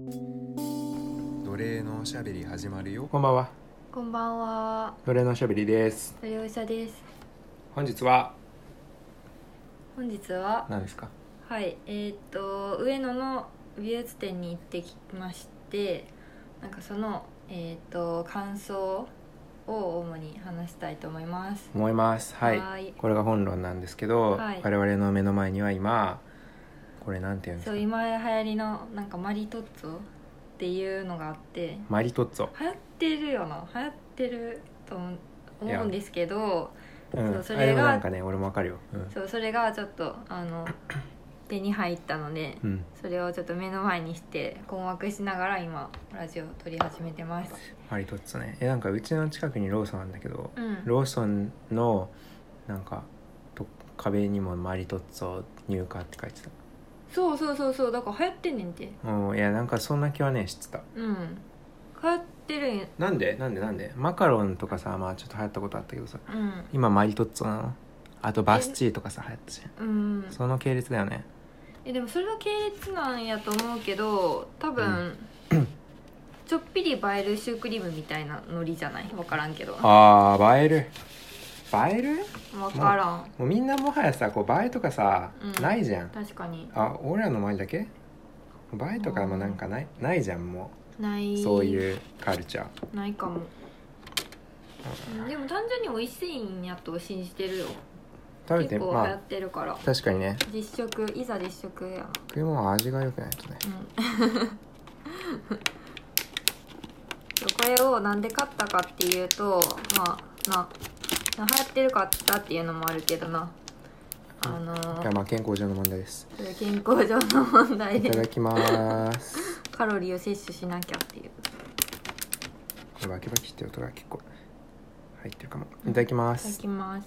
奴隷のおしゃべり始まるよ。 こんばんは。 こんばんは。 奴隷のおしゃべりです。 それおしゃです。 本日は本日は何ですか？ はい、上野の美術展に行ってきまして、なんかその感想を主に話したいと思います。 はい。これが本論なんですけど、 はい、 我々の目の前には今これなんていうんですか？ そう、今流行りのなんかマリトッツォっていうのがあって、 マリトッツォ流行ってると思うんですけど、そうそあれれがもなんかね、俺もわかるよ、 そうそれがちょっと手に入ったので、それをちょっと目の前にして困惑しながら今ラジオを撮り始めてます。 マリトッツォね。なんかうちの近くにローソンなんだけど、 うん、 ローソンのなんか壁にもマリトッツォ入荷って書いてた。 そうだから流行ってんねんて。 いやなんかそんな気はね知ってた。 流行ってるんや。 なんでマカロンとかさ、まあちょっと流行ったことあったけどさ、 うん今マリトッツォなの。あとバスチーとかさ流行ったじゃん。その系列だよね。 でもそれは系列なんやと思うけど、多分、ちょっぴり映えるシュークリームみたいなノリじゃない？分からんけど。 映える分からん。 もうみんなもはやさ、こう映えとかさ、ないじゃん。 確かに。 俺らの周りだけ映えとかもなんかないじゃん。もうないそういうカルチャーないかも。でも単純に美味しいんやと信じてるよ。 食べて結構流行ってるから、 確かにね。 実食や。 食い物は味が良くないとね。 これをなんで買ったかっていうと、流行ってるかったっていうのもあるけどな。 まあ健康上の問題です。 健康上の問題でいただきますカロリーを摂取しなきゃっていう。 これバキバキって音が結構入ってるかも。いただきます。 いただきます。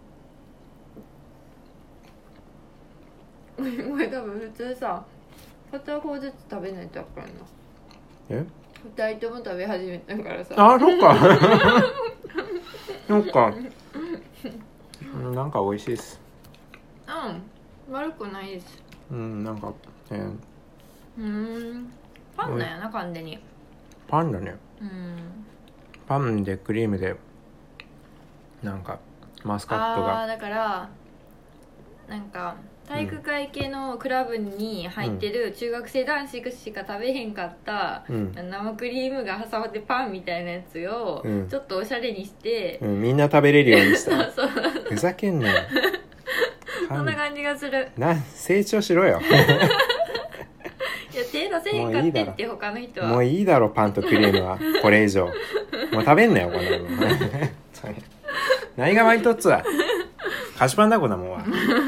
これ多分普通さ、片方ずつ食べないとあかんの。2人とも食べ始めたからさ。 そっかそっかなんか美味しいです。 悪くないです。 なんかパンなんやな、完全に。 パンだね。パンでクリームでなんかマスカットがだからなんか体育会系のクラブに入ってる中学生男子しか食べへんかった、生クリームが挟まってパンみたいなやつをちょっとおしゃれにして、 みんな食べれるようにしたそうふざけんなよそんな感じがする。 成長しろよいや手出せへんかってって他の人はもういいだろパンとクリームはこれ以上もう食べんなよこんなの何がマリトッツォだ。菓子パンだこんなもんは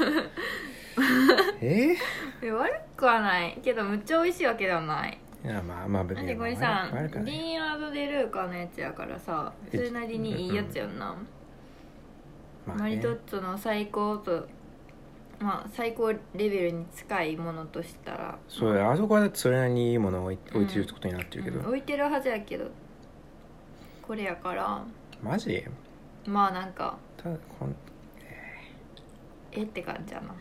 悪くはないけどむっちゃ美味しいわけではない。 いやまあなんでこれさ、ディーン・アド・デ・ルーカーのやつやからさ、それなりにいいやつやんな。マリトッツォの最高レベルに近いものとしたら、 そうあそこはだってそれなりにいいものを置いてるってことになってるけど、 置いてるはずやけどこれやからマジなんかって感じやな。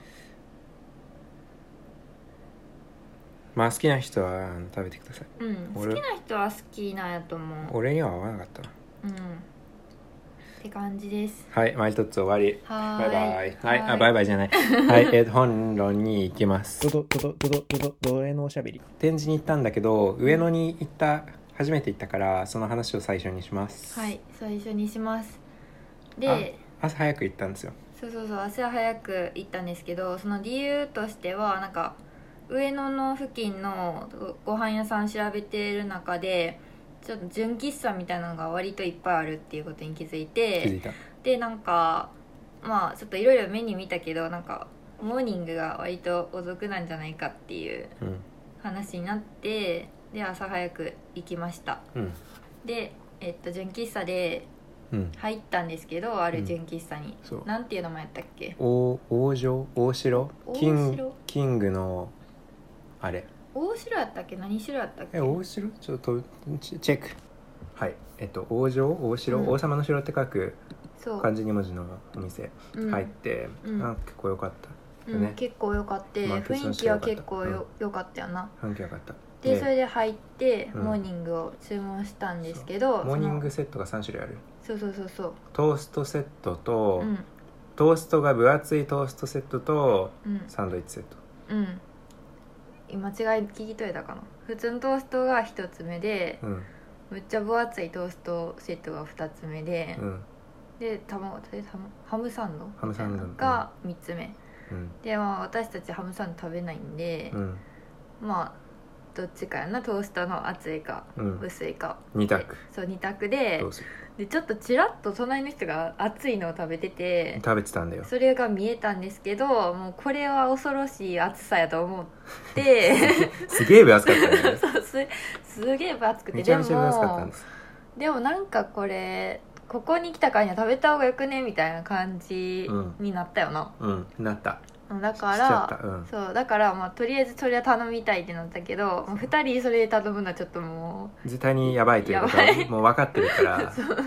まあ好きな人は食べてください。 好きな人は好きなんやと思う。 俺には合わなかったな。 って感じです。 はい、マリトッツォ終わり。バイバイ。はい、バイバイじゃない。はい、本論に行きます。奴隷のおしゃべり。展示に行ったんだけど、上野に初めて行ったからその話を最初にします。 はい、最初にします。で、 朝早く行ったんですよ。 そう朝早く行ったんですけど、その理由としてはなんか上野の付近のご飯屋さん調べてる中でちょっと純喫茶みたいなのが割といっぱいあるっていうことに気づいて、でなんかちょっといろいろ目に見たけど、なんかモーニングが割とお得なんじゃないかっていう話になって、で朝早く行きました。で純喫茶で入ったんですけど、ある純喫茶に、なんていう名前やったっけ？大城キングのあれ大城やったっけ？何城やったっけ？大城ちょっとチェック。はい、大城、王様の城って書く漢字2文字のお店入って、結構良かった。 うん、結構良かった、 まあ雰囲気は結構良かったよな。 雰囲気良かった。 でそれで入ってモーニングを注文したんですけど、 モーニングセットが3種類ある。 そうトーストセットと、トーストが分厚いトーストセットと、サンドイッチセット。 間違い聞き取れたかな。普通のトーストが1つ目で、めっちゃ分厚いトーストセットが2つ目で、でハムサンドが3つ目、でまあ私たちハムサンド食べないんで、まあどっちかやな、トーストの厚いか、薄いか 2択。 そう2択でちょっとちらっと隣の人が熱いのを食べててたんだよ。 それが見えたんですけど、もうこれは恐ろしい熱さやと思ってすげえ分厚かったねそうすげえ分厚くて、 めちゃめちゃ分厚かったんです。 でもなんかここに来たからには食べた方がよくねみたいな感じになったよな。 なった。 だから、そうだからまあとりあえずそれは頼みたいってなったけど、もう2人それ頼むのはちょっともう絶対にやばいということはもう分かってるからそうだ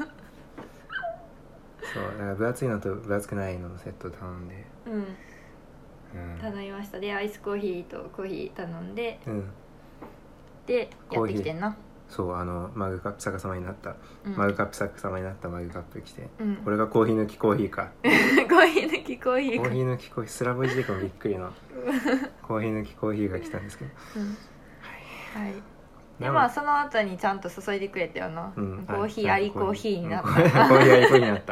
から分厚いのと分厚くないののセット頼んで、 頼みました。でアイスコーヒーとコーヒー頼んで、でやってきてんな。 そうマグカップ逆さまになった、マグカップ逆さまになったマグカップ来て、これがコーヒー抜きコーヒーかコーヒー抜きコーヒーか、 コーヒー抜きコーヒー、スラボジでもびっくりなコーヒー抜きコーヒーが来たんですけど、 はい。でまあその後にちゃんと注いでくれたよな、コーヒーありコーヒーになったコーヒーありコーヒーになった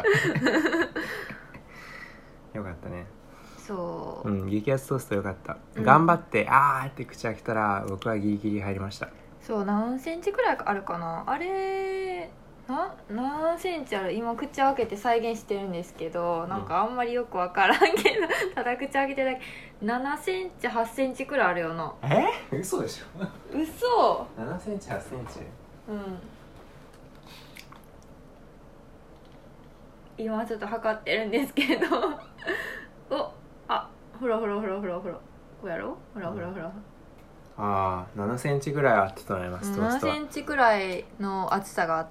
よかったね。 そう、 激アツトーストよかった、頑張ってって口開けたら僕はギリギリ入りました。 そう何センチくらいあるかな、あれ何センチある、今口開けて再現してるんですけど、なんかあんまりよく分からんけどただ口開けてるだけ7センチ8センチくらいあるよな。 嘘でしょ嘘 7センチ8センチ、 今ちょっと測ってるんですけどほらこうやろ、ほら 7センチぐらいあったと思います。 7センチくらいの厚さがあって、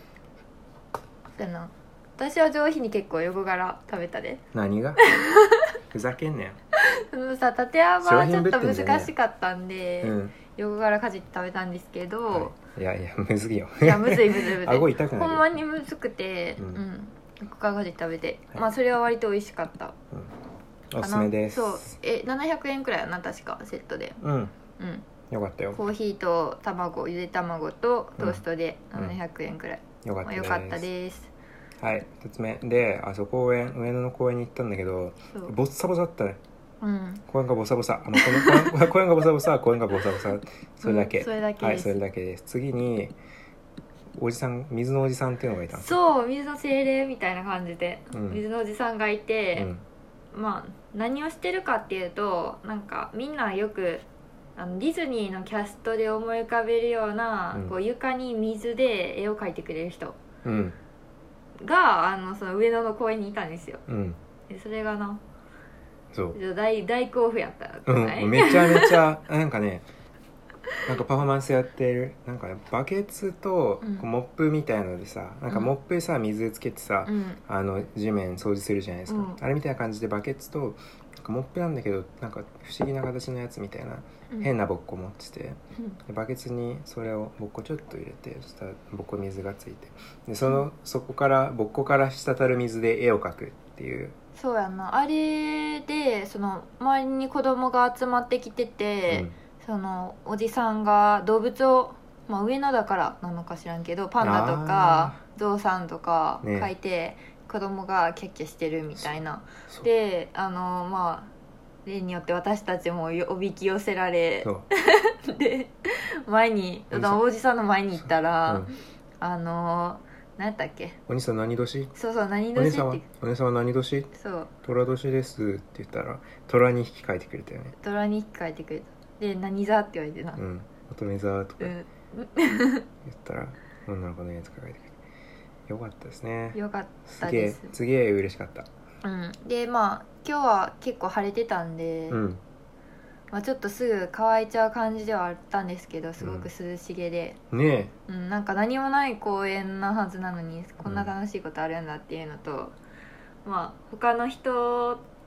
私は上品に結構横柄食べたで。 何がふざけんなよそのさ縦幅はちょっと難しかったんで、横柄かじって食べたんですけど、 いやむずいよいやむずい顎痛くなるほんまにむずくて、横柄かじって食べて、まあそれは割と美味しかった、 おすすめです。 そう700円くらいやな確かセットで。 よかったよ。 コーヒーと卵、ゆで卵とトーストで700円くらい、 よかったです。 はい、2つ目で上野の公園に行ったんだけど、ボッサボサだったね。公園がボサボサ、公園がボサボサ、公園がボサボサ、それだけ。はい、それだけです。次におじさん、水のおじさんっていうのがいたんです。 そう、水の精霊みたいな感じで、水のおじさんがいて、まあ何をしてるかっていうと、なんかみんなよくディズニーのキャストで思い浮かべるような、こう床に水で絵を描いてくれる人が、その上野の公園にいたんですよ。でそれがな、そう大興奮やった、 めちゃめちゃなんかね、なんかパフォーマンスやってる、なんか、ね、バケツとモップみたいのでさ、なんかモップさ水つけてさ、地面掃除するじゃないですか、あれみたいな感じでバケツとなんかモップなんだけど、なんか不思議な形のやつみたいな、変なボッコ持ってて、でバケツにそれをボッコちょっと入れて、そしたらボッコ水がついて、でそこからボッコから滴る水で絵を描くっていう。 そうやな、あれでその周りに子供が集まってきてて、そのおじさんが動物を、まあ、上野だからなのか知らんけどパンダとかゾウさんとか描いて、子供がキャッキャしてるみたいな。でまあ例によって私たちもおびき寄せられで前におじさんの前に行ったら、何やったっけ、 お兄さん何年？ そう何年って、 お姉さんは何年？そう虎年ですって言ったら虎2匹描いてくれたよね。 虎2匹描いてくれた。で何座って言われてな、 乙女座とか言ったら女の子のやつが書いてくれてよかったですね。 よかったです。 すげえ嬉しかった。 でまあ今日は結構晴れてたんで、まあ、ちょっとすぐ乾いちゃう感じではあったんですけど、すごく涼しげで、なんか何もない公園なはずなのにこんな楽しいことあるんだっていうのと、まあ他の人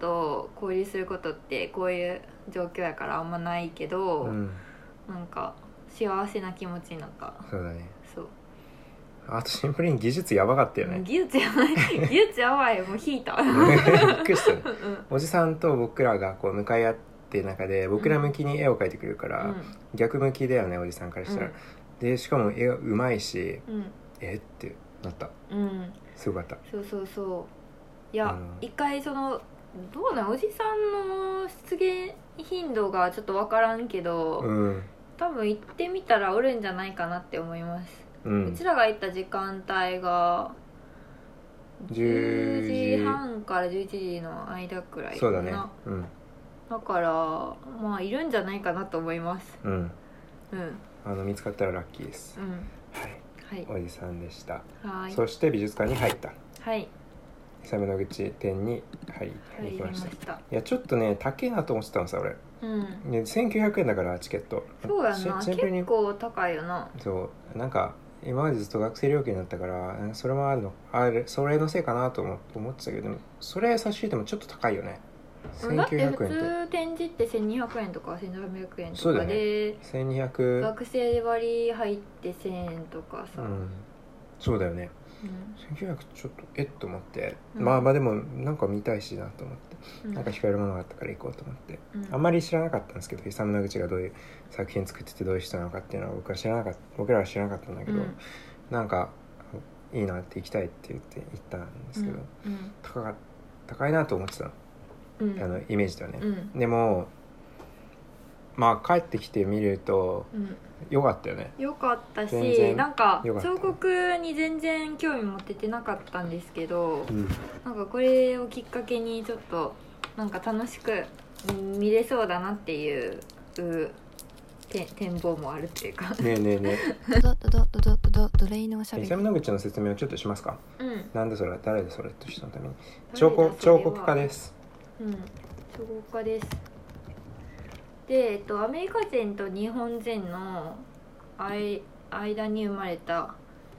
と交流することってこういう状況やからあんまないけど、なんか幸せな気持ちになった。 そうだね。 そう。 あとシンプルに技術やばかったよね。 技術やばい技術やばい、もう引いたびっくりしたねおじさんと僕らがこう向かい合ってる中で僕ら向きに絵を描いてくれるから、逆向きだよねおじさんからしたら、でしかも絵がうまいし、ってなった。すごかった。そうそうそう。いや、一回そのどうなんおじさんの出現頻度がちょっと分からんけど、多分行ってみたらおるんじゃないかなって思います。うちらが行った時間帯が10時半から11時の間くらいかな。 そうだね。 だからまあいるんじゃないかなと思います。 見つかったらラッキーです。はい、おじさんでした。そして美術館に入った。イサムの口店に入りました。いやちょっとね高いなと思ってたのさ俺。1900円だからチケット。 そうやな、結構高いよな。 そうなんか今までずっと学生料金だったからそれもそれのせいかなと思ってたけど、でもそれ差し引いてもちょっと高いよね。 だって普通展示って1200円とか1700円とかで、 1200 学生割入って1000円とかさ、 そうだよね。1900ちょっとと思って、まあでもなんか見たいしなと思って、なんか光るものがあったから行こうと思って、あんまり知らなかったんですけどイサム・ノグチがどういう作品作っててどういう人なのかっていうのは僕らは知らなかったんだけど、なんかいいなって行きたいって言って行ったんですけど、高いなと思ってたの、イメージだよね、でもまあ帰ってきてみると、よかったよね。 よかったし、なんか彫刻に全然興味持っててなかったんですけど、なんかこれをきっかけにちょっとなんか楽しく見れそうだなっていう展望もあるっていうか。 ねドレイのおしゃべり。 イサム・ノグチの説明をちょっとしますか。なんでそれ、誰でそれと人のために。彫刻家です。 彫刻家です。で、アメリカ人と日本人の間に生まれた、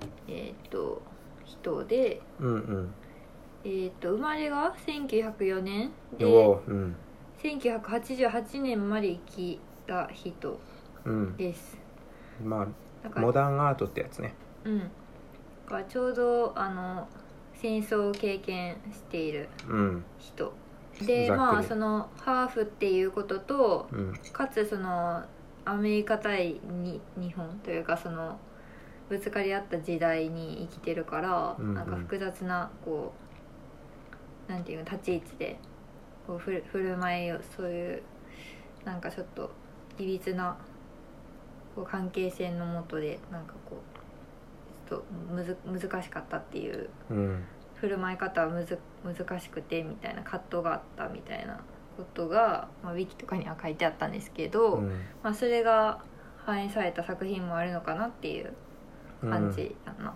人で、生まれが1904年で、1988年まで生きた人です。 まあモダンアートってやつね。 がちょうど戦争を経験している人。でまあそのハーフっていうことと、かつそのアメリカ対日本というかそのぶつかり合った時代に生きてるから、なんか複雑なこうなんていうの立ち位置でこう振る舞いを、そういうなんかちょっといびつなこう関係性のもとでなんかこうちょっと難しかったっていう。振る舞い方は難しくてみたいな葛藤があったみたいなことが、ウィキとかには書いてあったんですけど、それが反映された作品もあるのかなっていう感じだな。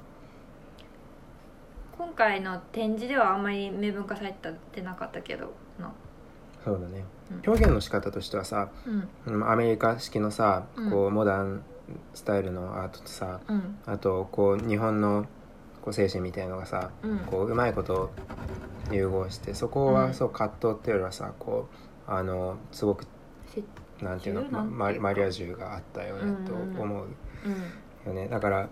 今回の展示ではあんまり明文化されてなかったけどな。 そうだね、表現の仕方としてはさ、アメリカ式のさこうモダンスタイルのアートとさ、あとこう日本のこう精神みたいのがさ、こううまいこと融合して、そこはそう葛藤っていうよりはさ、こうすごくなんていうの、マリアージュがあったよねと思うよね。だから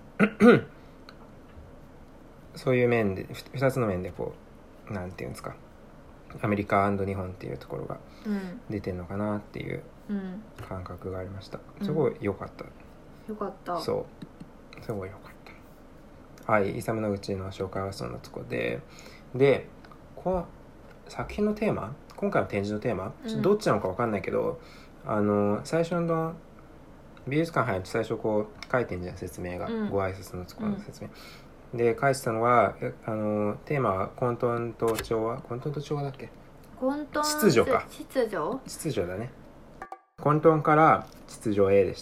そういう面で2つの面でこうなんていうんですか、アメリカ&日本っていうところが出てるのかなっていう感覚がありました。すごい良かった。 よかった。 そうすごい良かった。はい、イサム・ノグチの紹介はそんなとこで、この作品のテーマ、今回の展示のテーマ、どっちなのか分かんないけど、最初の美術館入って最初こう書いてんじゃん、説明が、ご挨拶のところの説明、で書いてたのはテーマは混沌と調和だっけ？秩序か。秩序だね。混沌から秩序へでした。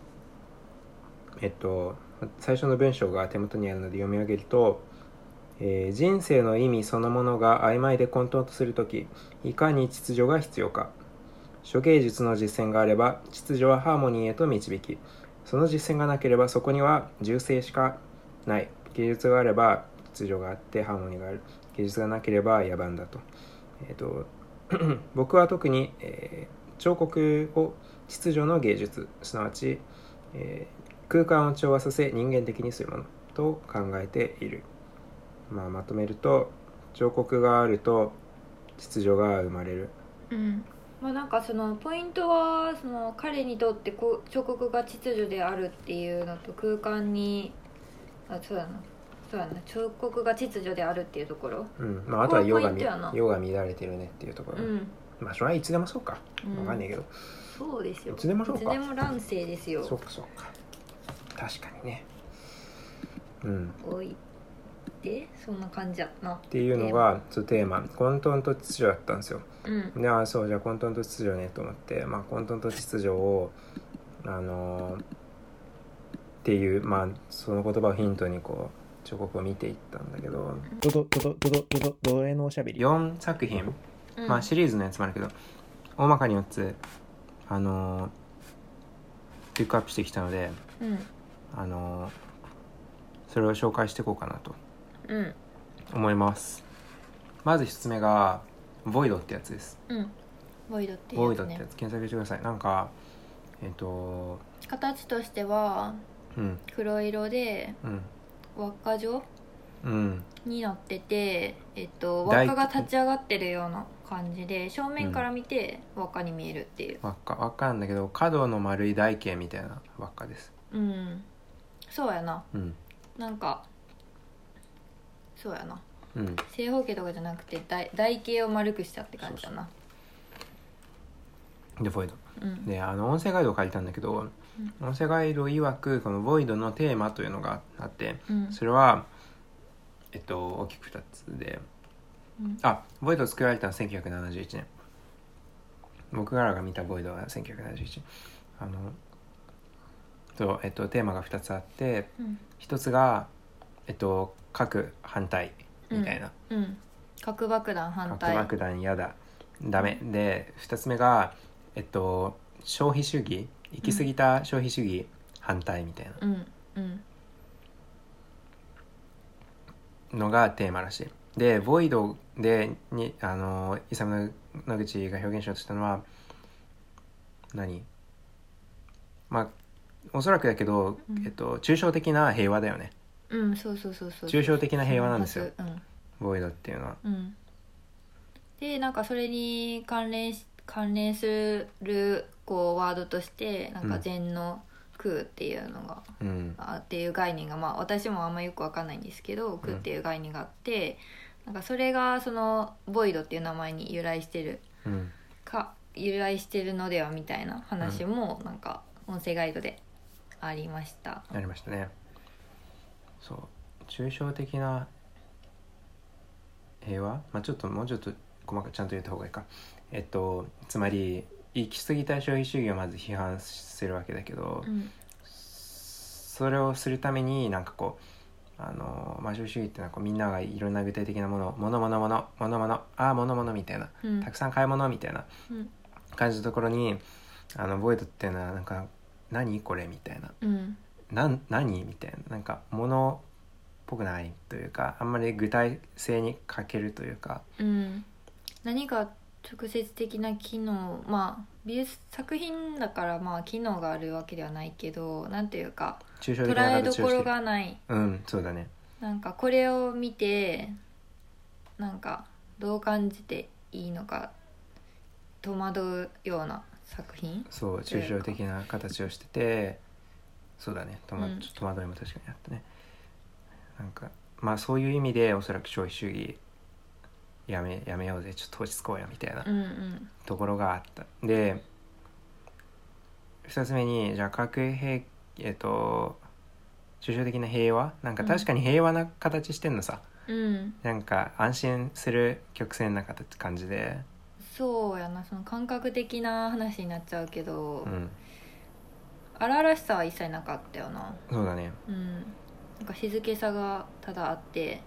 最初の文章が手元にあるので読み上げると、人生の意味そのものが曖昧で混沌とするとき、いかに秩序が必要か。諸芸術の実践があれば秩序はハーモニーへと導き、その実践がなければそこには銃声しかない。芸術があれば秩序があってハーモニーがある。芸術がなければ野蛮だと。 僕は特に、彫刻を秩序の芸術、すなわち、空間を調和させ人間的にするものと考えている。まとめると、彫刻があると秩序が生まれる。 なんかそのポイントはその彼にとって彫刻が秩序であるっていうのと空間にそうやな彫刻が秩序であるっていうところ、 あとは世が乱れてるねっていうところ、それはいつでもそうか、分かんないけど、 そうですよ、 いつでもそうか、 いつでも乱世ですよ。 そうか確かにね。 おいでそんな感じやったなっていうのがテーマ、混沌と秩序だったんですよ。でそうじゃあ混沌と秩序ねと思って、混沌と秩序をっていう、その言葉をヒントにこう彫刻を見ていったんだけど、どれのおしゃべり4作品、シリーズのやつもあるけど大まかに4つピックアップしてきたので、それを紹介していこうかなと思います。まず1つ目がボイドってやつです。 ボイドってやつ検索してください。なんか形としては黒色で輪っか状になってて、輪っかが立ち上がってるような感じで正面から見て輪っかに見えるっていう、 輪っかなんだけど角の丸い台形みたいな輪っかです。 そうやな、なんかそうやな、正方形とかじゃなくて台形を丸くしたって感じだな。 でボイド、で音声ガイドを借りたんだけど、音声ガイド曰くこのボイドのテーマというのがあって、それは大きく2つで、ボイドを作られたのは1971年。僕らが見たボイドは1971年。テーマが2つあって、1つが核反対みたいな、 核爆弾反対、 核爆弾やだダメで、2つ目が消費主義、行き過ぎた消費主義反対みたいなのがテーマらしい。でボイドでイサム・ノグチが表現しようとしたのはおそらくだけど、抽象的な平和だよね。 そう抽象的な平和なんですよ、ボイドっていうのは。 でなんかそれに関連するこうワードとしてなんか禅の空っていうのが、っていう概念が、私もあんまよく分かんないんですけど、空っていう概念があって、なんかそれがそのボイドっていう名前に由来してるのではみたいな話もなんか音声ガイドでありましたね。そう抽象的な平和、もうちょっと細かくちゃんと言った方がいいか。つまり行き過ぎた消費主義をまず批判するわけだけど、それをするためになんかこう消費主義ってのはみんながいろんな具体的なものみたいな、たくさん買い物みたいな感じのところにボイドっていうのはなんか何これみたいな、何みたいな、なんか物っぽくないというか、あんまり具体性に欠けるというか、 何か直接的な機能、美術作品だから機能があるわけではないけど、なんていうか捉えどころがない。 そうだね。 なんかこれを見てなんかどう感じていいのか戸惑うような作品。 そう抽象的な形をしてて、そうだね、戸惑いも確かにあったね。なんかそういう意味でおそらく消費主義やめようぜ、ちょっと落ち着こうよみたいなところがあった。で2つ目にじゃあ抽象的な平和、なんか確かに平和な形してんのさ、なんか安心する曲線な感じで、 そうやな、その感覚的な話になっちゃうけど、荒々しさは一切なかったよな。 そうだね。 なんか静けさがただあって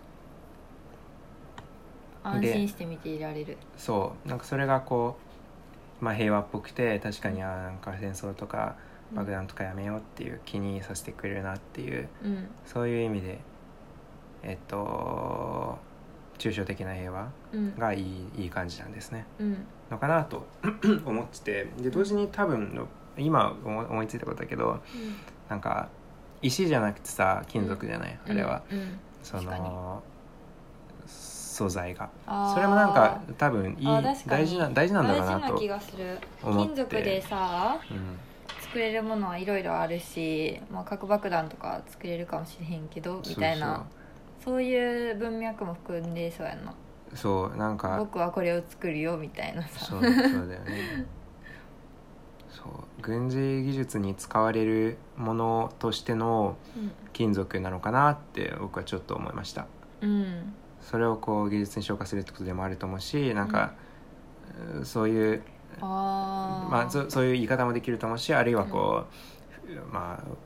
安心して見ていられる。 そうなんかそれがこう、平和っぽくて、確かになんか戦争とか爆弾とかやめようっていう気にさせてくれるなっていう、そういう意味で抽象的な平和がいい感じなんですね、のかなと思ってて、で同時に多分今思いついたことだけど、なんか石じゃなくてさ金属じゃない、あれは、その素材がそれもなんか多分大事なんだろうなと大事な気がする。金属でさ、作れるものはいろいろあるし、まあ、核爆弾とか作れるかもしれへんけどみたいな、そういう文脈も含んでそうやんな。 そうなんか僕はこれを作るよみたいなさ。 そうだよねそう軍事技術に使われるものとしての金属なのかなって僕はちょっと思いました、それをこう技術に昇華するってことでもあると思うし、なんか、そういうまあ、そういう言い方もできると思うし、あるいはこう、まあ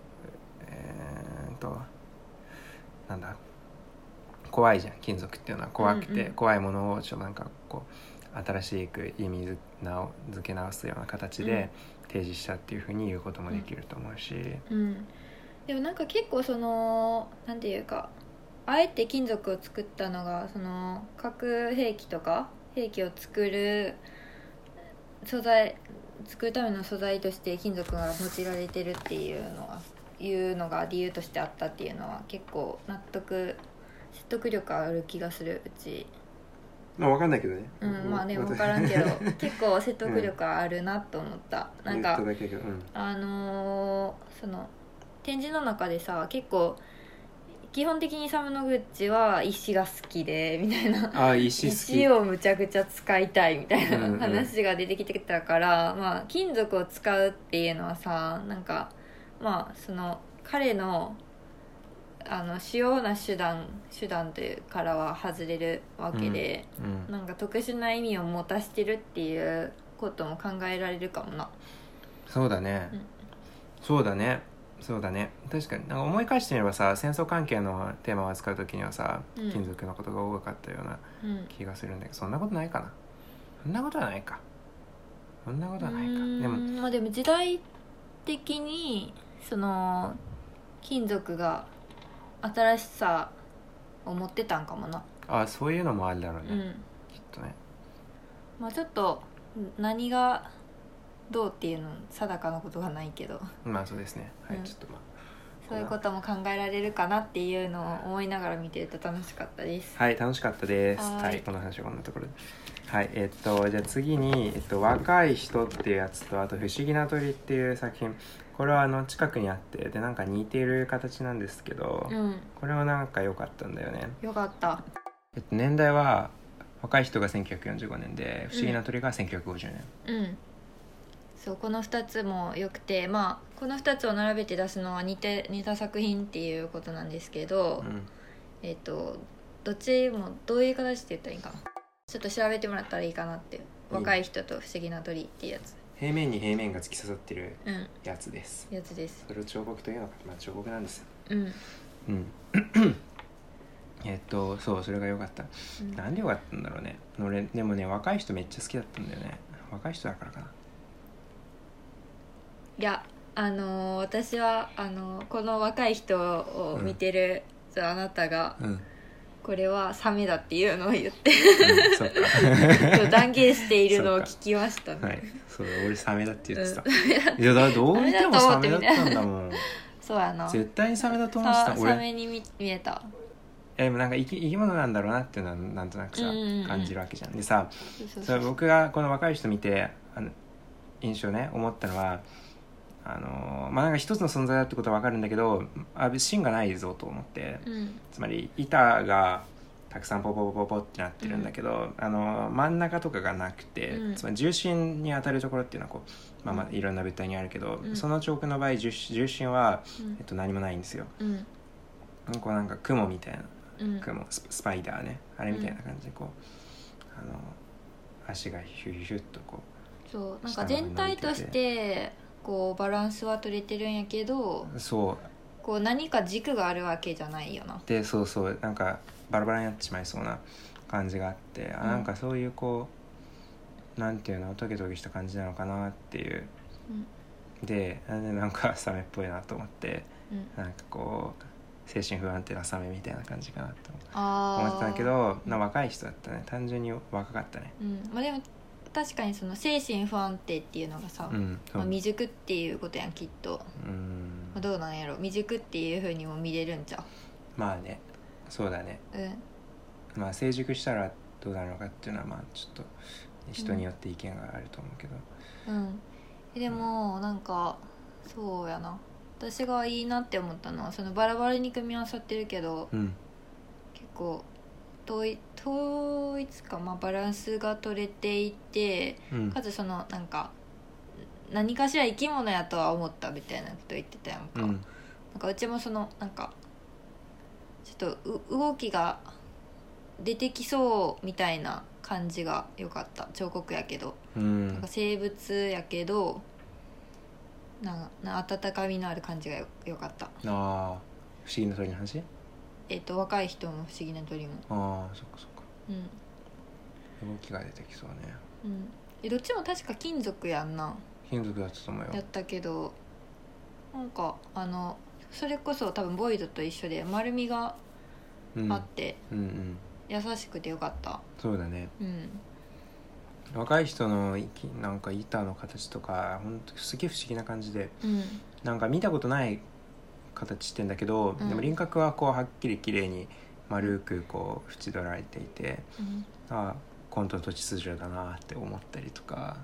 なんだ怖いじゃん金属っていうのは。怖くて、怖いものをなんかこう新しく意味付け直すような形で提示したっていうふうに言うこともできると思うし、 でもなんか結構そのなんていうか、あえて金属を作ったのがその核兵器とか兵器を作るための素材として金属が用いられてるっていうのが理由としてあったっていうのは結構説得力ある気がする。うちまあ分かんないけどね、 まあね分からんけど結構説得力あるなと思った、なんかその展示の中でさ、結構基本的にサム・ノグチは石が好きでみたいな、石をむちゃくちゃ使いたいみたいな話が出てきてたから、まあ、金属を使うっていうのはさ、なんかまあその彼の主要な手段というからは外れるわけで、なんか特殊な意味を持たしてるっていうことも考えられるかもな。 そうだね、そうだね確かに。なんか思い返してみればさ、戦争関係のテーマを扱う時にはさ、金属のことが多かったような気がするんだけど、そんなことないかな。そんなことはないかでもでも時代的にその金属が新しさを持ってたんかもな。 そういうのもあるだろうね、きっとね。 まあちょっと何がどうっていうの定かなことがないけど、 まあそうですね、はい、ちょっとそういうことも考えられるかなっていうのを思いながら見てると楽しかったです。 はい、楽しかったです。はい、この話はこんなところで。はい、じゃあ次に、若い人っていうやつと、あと不思議な鳥っていう作品。これは近くにあって、でなんか似ている形なんですけど、これはなんか良かったんだよね。 良かった。 年代は若い人が1945年で、不思議な鳥が1950年。 そう、この2つも良くて、まあこの2つを並べて出すのは似た作品っていうことなんですけど、どっちもどういう形で言ったらいいかな、ちょっと調べてもらったらいいかなって。若い人と不思議な鳥っていうやつ、 平面に平面が突き刺さってるやつです、それを彫刻というのか、まあ彫刻なんですよ。そう、それが良かった、なんで良かったんだろうね。俺でもね、若い人めっちゃ好きだったんだよね。若い人だからかな。 いや、私はこの若い人を見てる、あなたが、これはサメだっていうのを言って、 そうか断言しているのを聞きましたね。 はい、そうだ、俺サメだって言ってた。いや、どう見てもサメだったんだもん。 そうやな、 絶対にサメだと思ってた。 サメに見えた。 でもなんか生き物なんだろうなっていうのはなんとなくさ、感じるわけじゃん。でさ、僕がこの若い人見て印象ね思ったのは、まあなんか一つの存在だってことは分かるんだけど、芯がないぞと思って、つまり板がたくさんポポポポポってなってるんだけど、真ん中とかがなくて、つまり重心に当たるところっていうのはこう、まあいろんな物体にあるけど、その彫刻の場合重心は、何もないんですよ。こうなんか雲みたいな、雲スパイダーね、あれみたいな感じでこう、足がヒュヒュッとこう、 そうなんか全体としてこうバランスは取れてるんやけど、 そうこう何か軸があるわけじゃないよな。 でそうなんかバラバラになってしまいそうな感じがあって、なんかそういうこうなんていうの、トゲトゲした感じなのかなっていう、でなんかサメっぽいなと思って、なんかこう精神不安定なサメみたいな感じかなとあ思ってたんだけど、若い人だったね。単純に若かったね。 まあでも確かにその精神不安定っていうのがさ、まあ、未熟っていうことやんきっと。まあ、どうなんやろ、未熟っていう風にも見れるんじゃ。 まあね、そうだね。まあ成熟したらどうなるのかっていうのはまあちょっと人によって意見があると思うけど、 でもなんかそうやな、私がいいなって思ったのはそのバラバラに組み合わさってるけど、結構統一か、まあ、バランスが取れていて、かつそのなんか何かしら生き物やとは思ったみたいなこと言ってたやんか、なんかうちもそのなんかちょっと動きが出てきそうみたいな感じが良かった。彫刻やけど、なんか生物やけど温かみのある感じが良かった。 不思議な鳥の話？ 若い人も不思議な鳥も。 そっかそっか。動きが出てきそうね。 どっちも確か金属やんな。 金属だったと思うよ。 やったけどなんかそれこそ多分ボイドと一緒で丸みがあって、優しくてよかった。 そうだね。若い人のなんか板の形とかほんとすげえ不思議な感じで、なんか見たことない形してんだけど、でも輪郭はこうはっきり綺麗に丸くこう縁取られていて、混沌と秩序だなって思ったりとか、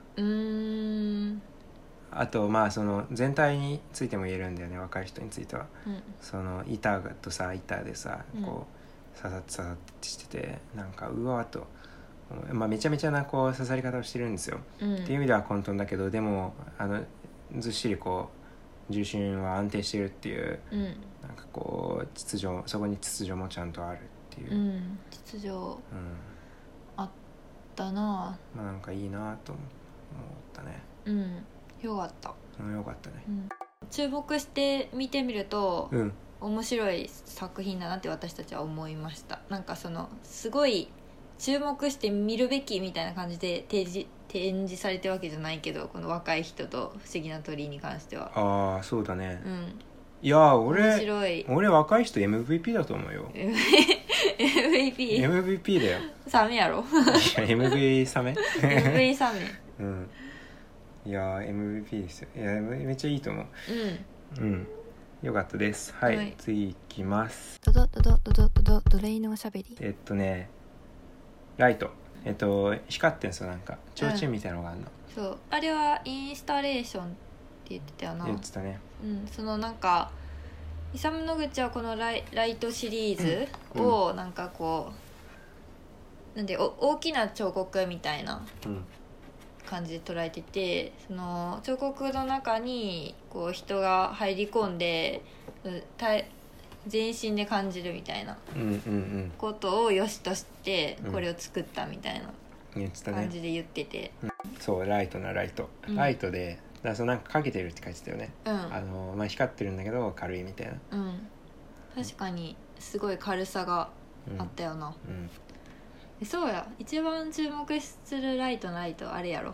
あとまあその全体についても言えるんだよね、若い人については。その板とさ板でさこう刺さってしてて、なんかうわーっと、まあ、めちゃめちゃなこう刺さり方をしてるんですよ、っていう意味では混沌だけど、でもずっしりこう重心は安定してるっていう、なんかこう秩序、そこに秩序もちゃんとあるっていう、 秩序、あったな。 まあなんかいいなと思ったね。 よかった。 よかったね。 注目して見てみると、面白い作品だなって私たちは思いました。なんかそのすごい注目して見るべきみたいな感じで展示されてるわけじゃないけど、この若い人と不思議な鳥に関しては。 そうだね。いや俺若い人 MVP だと思うよ。MVP だよ。 サメやろ。 MV サメ MV サメ。 いや MVP ですよ。いやめっちゃいいと思う。よかったです。はい、次いきます。 ドレイのおしゃべり。 ライト光ってんすよ、なんか提灯みたいなのがあるの。 そうあれはインスタレーションって言ってたよな。 言ってたね。 そのなんかイサム・ノグチはこのライトシリーズをなんかこうなんで大きな彫刻みたいな感じで捉えてて、その彫刻の中にこう人が入り込んで全身で感じるみたいなことを良しとしてこれを作ったみたいな感じで言ってて、 そうライトでだからなんかかけてるって書いてたよね。まあ、光ってるんだけど軽いみたいな。確かにすごい軽さがあったよな。そうや、一番注目するライトのライトあれやろ。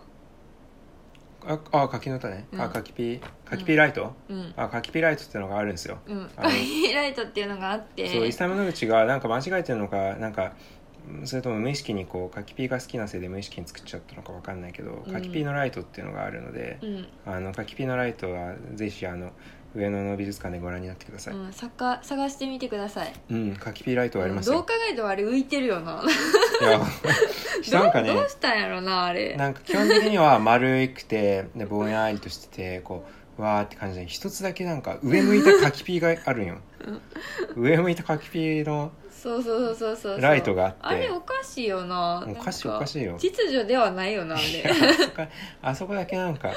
柿の種ね。柿ピーライト。柿ピーライトっていうのがあるんですよ。 柿ピーライトっていうのがあって、 そうイサム・ノグチがなんか間違えてるのか、なんかそれとも無意識にこう柿ピーが好きなせいで無意識に作っちゃったのか分かんないけど、柿ピーのライトっていうのがあるので、柿ピーのライトはぜひ上野の美術館でご覧になってください。 探してみてください。 柿ピーライトはありますよ。 どう考えてもあれ浮いてるよな。 いやなんかね、 どうしたんやろなあれ。 なんか基本的には丸くてでぼんやりとしててこうわーって感じで、一つだけなんか上向いた柿ピーがあるんよ。上向いた柿ピーのそうライトがあって、 あれおかしいよな。 おかしいよ。 秩序ではないよなあれ。 あそこだけなんか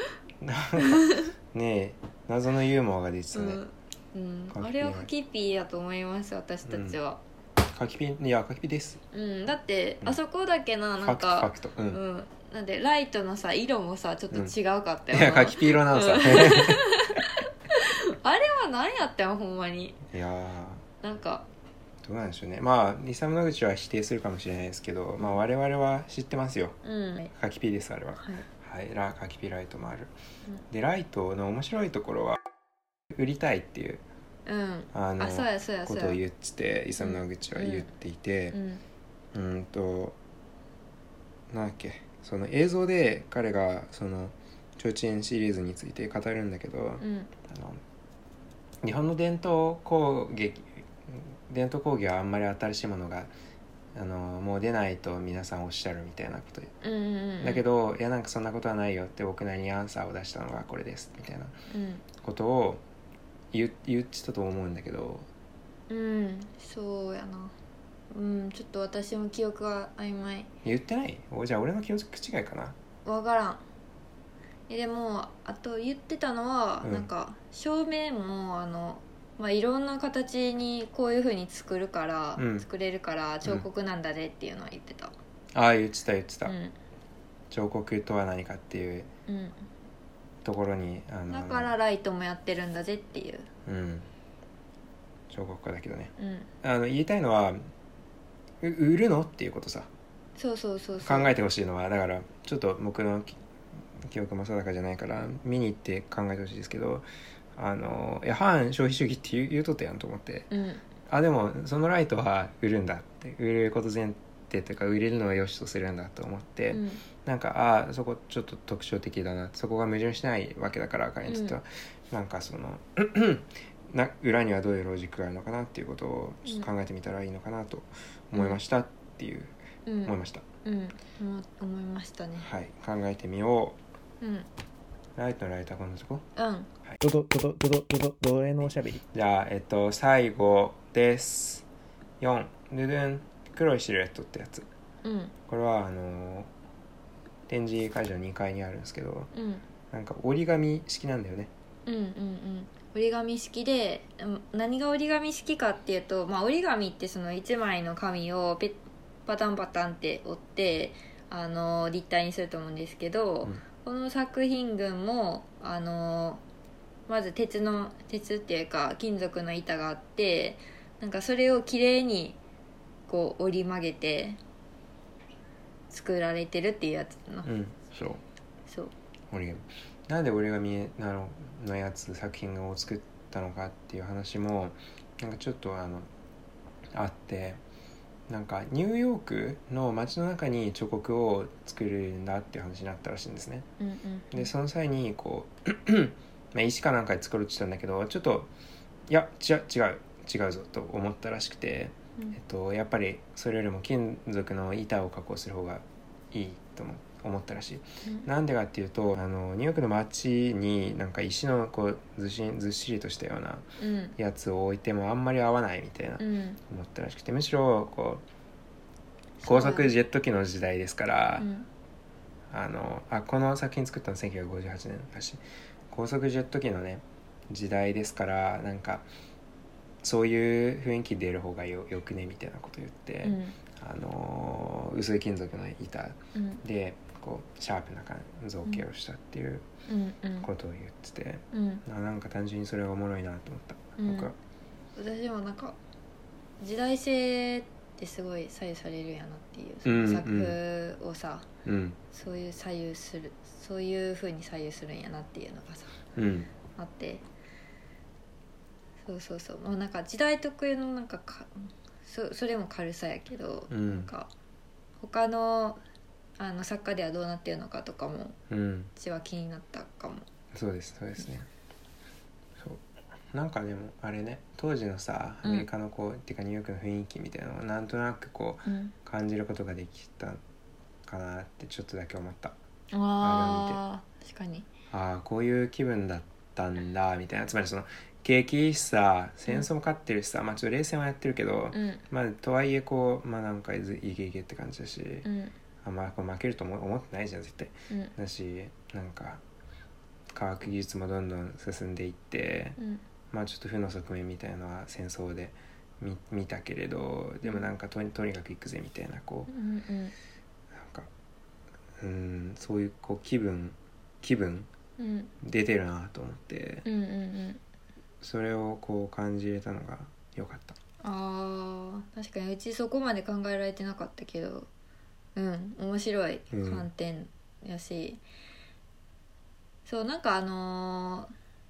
ねえ謎のユーモアが出てたね。 あれは柿ピーやと思います私たちは。 柿ピーです。 だってあそこだけなんかファクト。 なんでライトのさ色もさちょっと違うかったよな。 いや柿ピー色なのさ。 あれは何やったんほんまに。 いやなんかどうなんでしょうね。まあイサム・ノグチは否定するかもしれないですけど、まあ我々は知ってますよ。柿ピーですあれは。はい、柿ピーライトもある。でライトの面白いところは売りたいっていうそうやそうやことを言ってて、イサム・ノグチは言っていて、なんだっけ、その映像で彼がその提灯シリーズについて語るんだけど、日本の伝統工芸はあんまり新しいものがもう出ないと皆さんおっしゃるみたいなことで、だけどいやなんかそんなことはないよって僕なりにアンサーを出したのがこれですみたいなことを言ってたと思うんだけど、 そうやな。ちょっと私も記憶が曖昧。 言ってない？じゃあ俺の記憶違いかな。 分からん。でもあと言ってたのは、なんか照明もいろんな形にこういう風に作れるから彫刻なんだぜっていうのは言ってた。 言ってた、彫刻とは何かっていうところにだからライトもやってるんだぜっていう、 彫刻家だけどね、言いたいのは売るのっていうことさ。 そう考えてほしいのは、だからちょっと僕の記憶も定かじゃないから見に行って考えてほしいですけど、いや反消費主義って言うとったやんと思って、でもそのライトは売るんだって、売ること前提というか売れるのは良しとするんだと思って、なんかそこちょっと特徴的だな、そこが矛盾しないわけだから彼にとっては、なんかその裏にはどういうロジックがあるのかなっていうことをちょっと考えてみたらいいのかなと思いましたっていう、思いました。 思いましたね。 はい、考えてみよう。ライトはこんなとこ。はい。どれのおしゃべり。じゃあ最後です。4ドゥドゥン、黒いシルエットってやつ。これは展示会場2階にあるんですけど、なんか折り紙式なんだよね。 折り紙式で、何が折り紙式かっていうと、折り紙ってその1枚の紙をパタンパタンって折って立体にすると思うんですけど、この作品群もまず鉄っていうか金属の板があって、なんかそれをきれいにこう折り曲げて作られてるっていうやつだな。そう折り紙。なんで折り紙のやつ作品を作ったのかっていう話もなんかちょっとあって、なんかニューヨークの街の中に彫刻を作るんだっていう話になったらしいんですね。でその際にこう石かなんかで作ろうとしたんだけど、ちょっといや違うぞと思ったらしくて、やっぱりそれよりも金属の板を加工する方がいいと思ったらしい。なんでかっていうとニューヨークの街になんか石のこうずっしりとしたようなやつを置いてもあんまり合わないみたいな思ったらしくて、むしろこう高速ジェット機の時代ですから、この作品作ったの1958年だし、高速ジェット機のね時代ですから、なんかそういう雰囲気で出る方がよくねみたいなこと言って、薄い金属の板でこうシャープな造形をしたっていうことを言ってて、なんか単純にそれがおもろいなと思った、僕は。 私もなんか時代性ってすごい左右されるやなっていう、その作風をさ、そういう風に左右するんやなっていうのがさ、あって、そうもうなんか時代特有のなんかそれも軽さやけど、なんか他の作家ではどうなってるのかとかも、私は気になったかも。 そうですね。そうなんかでもあれね、当時のさアメリカのこう、っていうかニューヨークの雰囲気みたいなのをなんとなくこう、感じることができたかなってちょっとだけ思った。 確かにこういう気分だったんだみたいな。つまりその景気いいしさ、戦争も勝ってるしさ、ちょっと冷戦はやってるけど、とはいえこうなんかイケイケって感じだし、これ負けると思ってないじゃん絶対、だしなんか科学技術もどんどん進んでいって、ちょっと負の側面みたいなのは戦争で見たけれど、でもなんかとにかく行くぜみたいなこう、なんかそういうこう気分出てるなと思って、それをこう感じれたのが良かった。 確かにうちそこまで考えられてなかったけど、面白い観点やし、そうなんか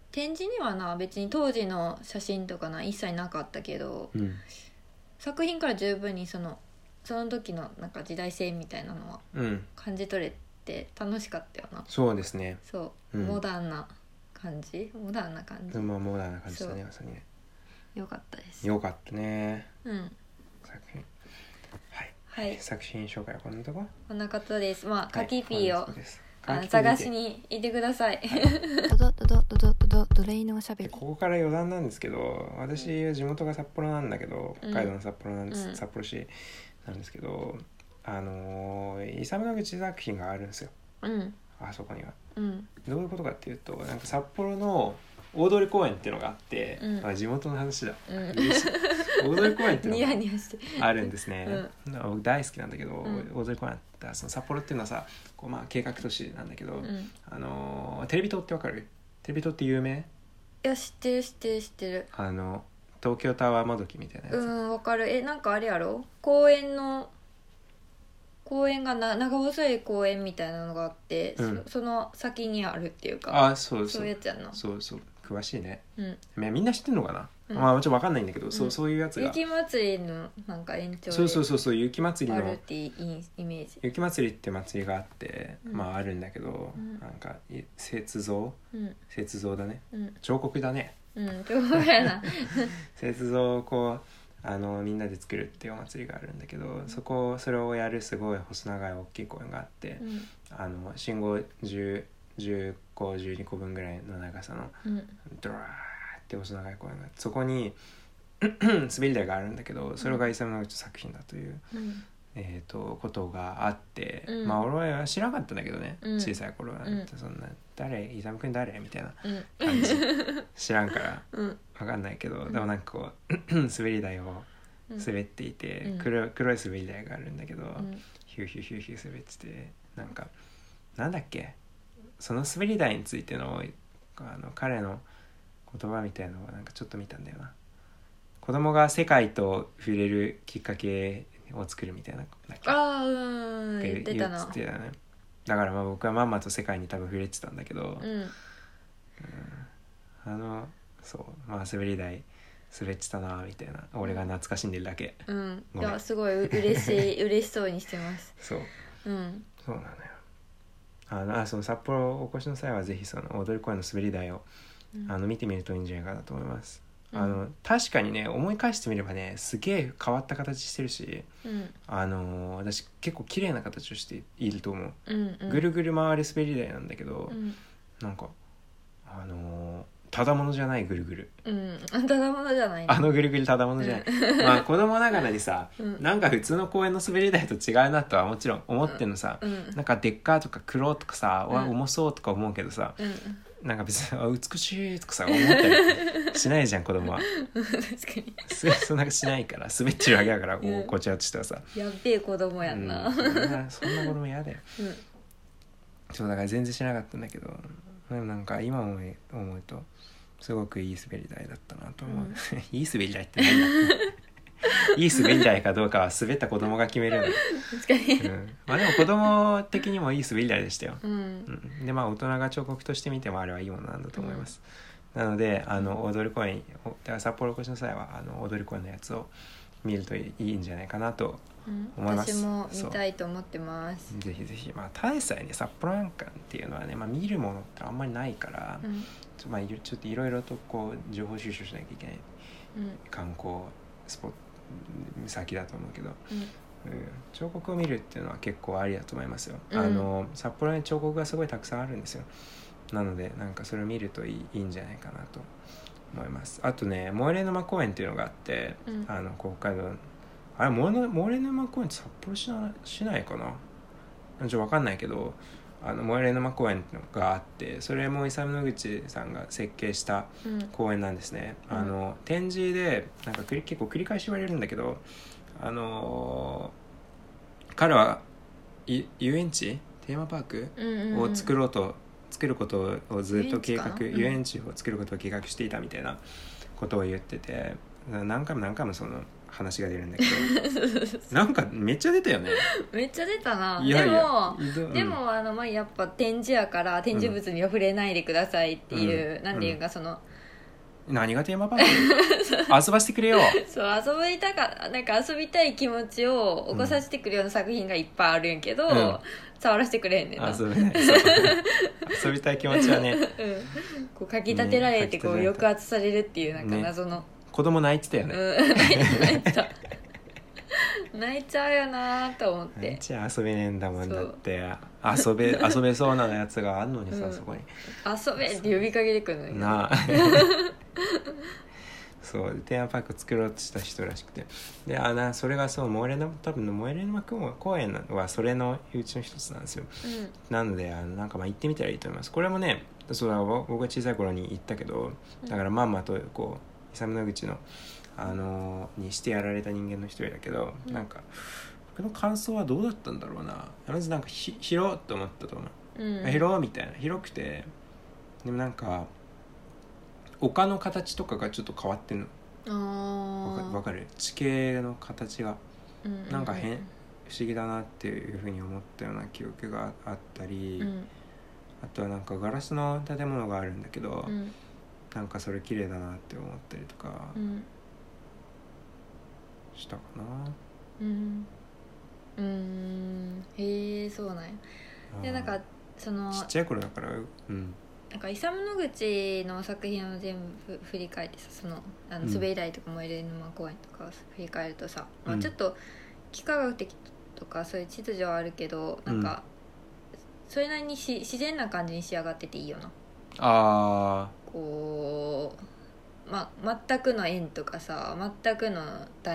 展示にはな別に当時の写真とかな一切なかったけど、 うん作品から十分にその時のなんか時代性みたいなのはうん感じ取れて楽しかったよな。 そうですね。 そう、 うんモダンな感じまあモダンな感じだね。まさにね。 よかったです。 よかったね。 うん作品はいはい作品紹介はこんなとこ。 こんな方です。まあカキピーを、 はいです探しに行ってください。 ドレイのおしゃべり。 ここから余談なんですけど、私は地元が札幌なんだけど、北海道の札幌なんです、 うん札幌市なんですけど、イサムの口作品があるんですよ。 うんあそこにはうんどういうことかっていうと、なんか札幌の大通公園っていうのがあって、 うん地元の話だ、 うん嬉しい大通公園っていうニヤのニヤして。 があるんですね、僕大好きなんだけど、 ん大通公園ってその札幌っていうのはさこう、まあ、計画都市なんだけど、 うんテレビ塔ってわかる？テレビ塔って有名？ いや知ってる。 東京タワーもどきみたいなやつ、 わかる。なんかあれやろ、公園が長細い公園みたいなのがあって、 うんその先にあるっていうか、 あそうそういうやつやんな。 そう詳しいね。 うんみんな知ってんのかな、 うんまあちょっと分かんないんだけど、そういうやつが雪祭りのなんか延長でそう雪祭りのあるっていいイメージ。 雪祭りって祭りがあって、 うんまああるんだけど、 うんなんか雪像だね、 うん彫刻だね。 どうやな。 雪像をこうみんなで作るっていうお祭りがあるんだけど、それをやるすごい細長い大きい公園があって、信号10個12個分ぐらいの長さのドラーって細長い公園があって、そこに滑り台があるんだけど、それがイサムの作品だという、ことがあって、まあ俺は知らなかったんだけどね、小さい頃は、そんなイサム君誰みたいな感じ、知らんから分かんないけど、でもなんかこう滑り台を滑っていて、黒い滑り台があるんだけど、ヒューヒューヒューヒュー滑ってて、なんだっけ、その滑り台についての彼の言葉みたいなのをなんかちょっと見たんだよな。子供が世界と触れるきっかけを作るみたいな、 言ってたな。 言ってたね。だからまあ僕はまんまと世界に多分触れてたんだけど、そうまあ滑り台滑ってたなみたいな、俺が懐かしんでるだけ。 いやすごい嬉しそうにしてます。 そうなのよ。その札幌お越しの際はぜひその大通公園の滑り台を、見てみるといいんじゃないかなと思います。確かにね、思い返してみればね、すげえ変わった形してるし、私結構綺麗な形をしていると思う。ぐるぐる回る滑り台なんだけど、なんかただものじゃないぐるぐる、 ただものじゃない、ね、 ぐるぐるただものじゃない、まあ子供ながらにさ、なんか普通の公園の滑り台と違うなとはもちろん思ってんのさ、なんかでっかとか黒とかさ、重そうとか思うけどさ、なんか別に美しいとかさ思ったりしないじゃん子供は。 確かにそんなしないから、滑ってるわけだから、こちらとしてはさ、 やっべえ子供やんな、 そんな子供嫌だよ、そうだから全然しなかったんだけど、でもなんか今思うとすごくいい滑り台だったなと思う、いい滑り台ってなんだいい滑り台かどうかは滑った子供が決めるんだ。 確かに、 まあでも子供的にもいい滑り台でしたよ、でまあ大人が彫刻として見てもあれはいいものなんだと思います、なので大通公園、札幌お越しの際は大通公園のやつを見るといいんじゃないかなと思います、 私も見たいと思ってます。 ぜひぜひ、まあたださえね札幌なんかっていうのはね、まあ、見るものってあんまりないから、ちょっといろいろとこう情報収集しなきゃいけない、観光スポット先だと思うけど、彫刻を見るっていうのは結構ありだと思いますよ、札幌に彫刻がすごいたくさんあるんですよ。なのでなんかそれを見るといいんじゃないかなと思います。あとね、モーレ沼公園っていうのがあって、北海道あれモーレ沼公園って札幌市内かな、ちょっと分かんないけど、モーレ沼公園があって、それもイサム・ノグチさんが設計した公園なんですね、展示でなんか結構繰り返し言われるんだけど、彼は遊園地テーマパークを作ることをずっと遊園地を作ることを計画していたみたいなことを言ってて、何回もその話が出るんだけどなんかめっちゃ出たよね。 めっちゃ出たな。 いやいやでもまあ、やっぱ展示やから展示物には触れないでくださいっていう、なんていうかその、 何がテーマパーク遊ばせてくれよそうなんか遊びたい気持ちを起こさせてくるような作品がいっぱいあるんやけど、触らせてくれへんねんな。 遊びたい気持ちはね、 こうかき立てられてこう抑圧されるっていうなんか謎の、 子供泣いてたよね、 泣いちゃうよなと思って。 泣いちゃ遊べねえんだもん。だって遊べそうなやつがあんのにさ、そこに遊べって呼びかけてくるのになあそうテーマパーク作ろうとした人らしくて、でそれがそう多分モエレ沼公園はそれのうちの一つなんですよ、なのでなんかまあ行ってみたらいいと思います。これもね、そうだ、僕が小さい頃に行ったけど、だからまんまとこうイサム・ノグチのにしてやられた人間の一人だけど、なんか僕の感想はどうだったんだろうな。まずなんか広っと思ったと思う、広みたいな、広くて、でもなんか丘の形とかがちょっと変わってんの。わかる？地形の形がなんか不思議だなっていうふうに思ったような記憶があったり、あとはなんかガラスの建物があるんだけど、なんかそれ綺麗だなって思ったりとかしたかな。 へえ、そうなんや。でなんかそのちっちゃい頃だから、 なんかイサム・ノグチの作品を全部振り返ってさ、その滑り台とかモエレ沼公園とかを振り返るとさ、まあ、ちょっと幾何学的とかそういう秩序はあるけど、なんかそれなりに自然な感じに仕上がってていいよな。こう、まあ、全くの円とかさ、全くの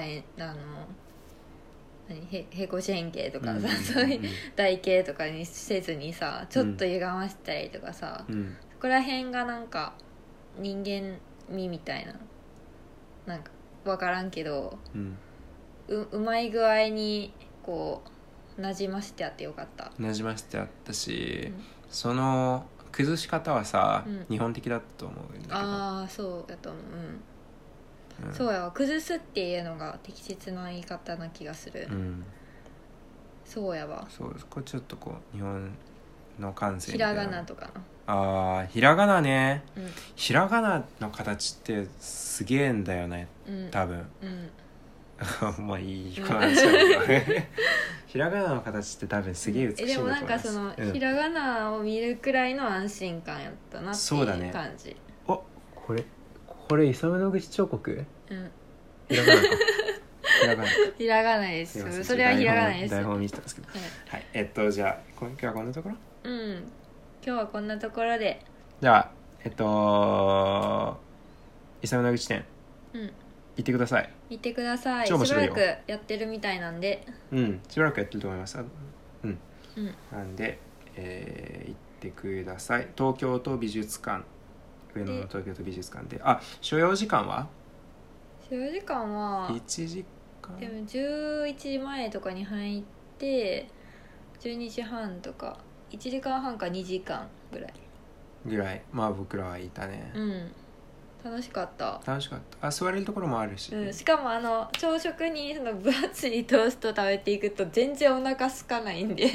平行四辺形とかさ、そういう台形とかにせずにさ、ちょっと歪ませたりとかさ、そこら辺がなんか人間味みたいな、なんか分からんけど、うまい具合にこうなじませてあってよかった。 なじませてあったし、その崩し方はさ、日本的だったと思うんだけど。 そうだと思う。そうやわ、崩すっていうのが適切な言い方な気がする。そうやわ。 そうです。これちょっとこう日本の感性ひらがなとかな。ひらがなね、ひらがなの形ってすげえんだよね、多分。まあいい話だけどひらがなの形って多分すげえ美しいんだと思います。 でもなんかその、ひらがなを見るくらいの安心感やったなっていう感じ。 これイサム・ノグチ彫刻？ひらがなか。 ひらがなです。それはひらがなです。 台本見てたんですけど、はい、じゃあ今日はこんなところ？ 今日はこんなところで。 じゃあイサム・ノグチ店、行ってください。 行ってください。 超面白いよ。 しばらくやってるみたいなんで。 しばらくやってると思います。なんで、行ってください。東京都美術館、上野の東京都美術館で。所要時間は 1時間でも11時前とかに入って12時半とか1時間半か2時間ぐらい。 まあ僕らはいたね。 楽しかった。 座れるところもあるし、 しかも朝食にその分厚いトースト食べていくと全然お腹空かないんで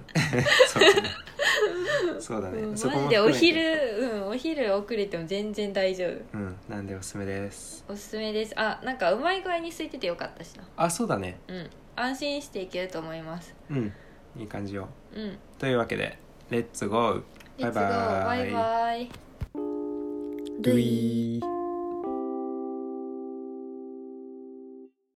そうだね、 マジでお昼遅れても全然大丈夫。 なんでおすすめです。 なんかうまい具合に空いててよかったしな。 そうだね。 安心していけると思います。 いい感じよ。というわけでレッツゴー。バイバイ。 ルイ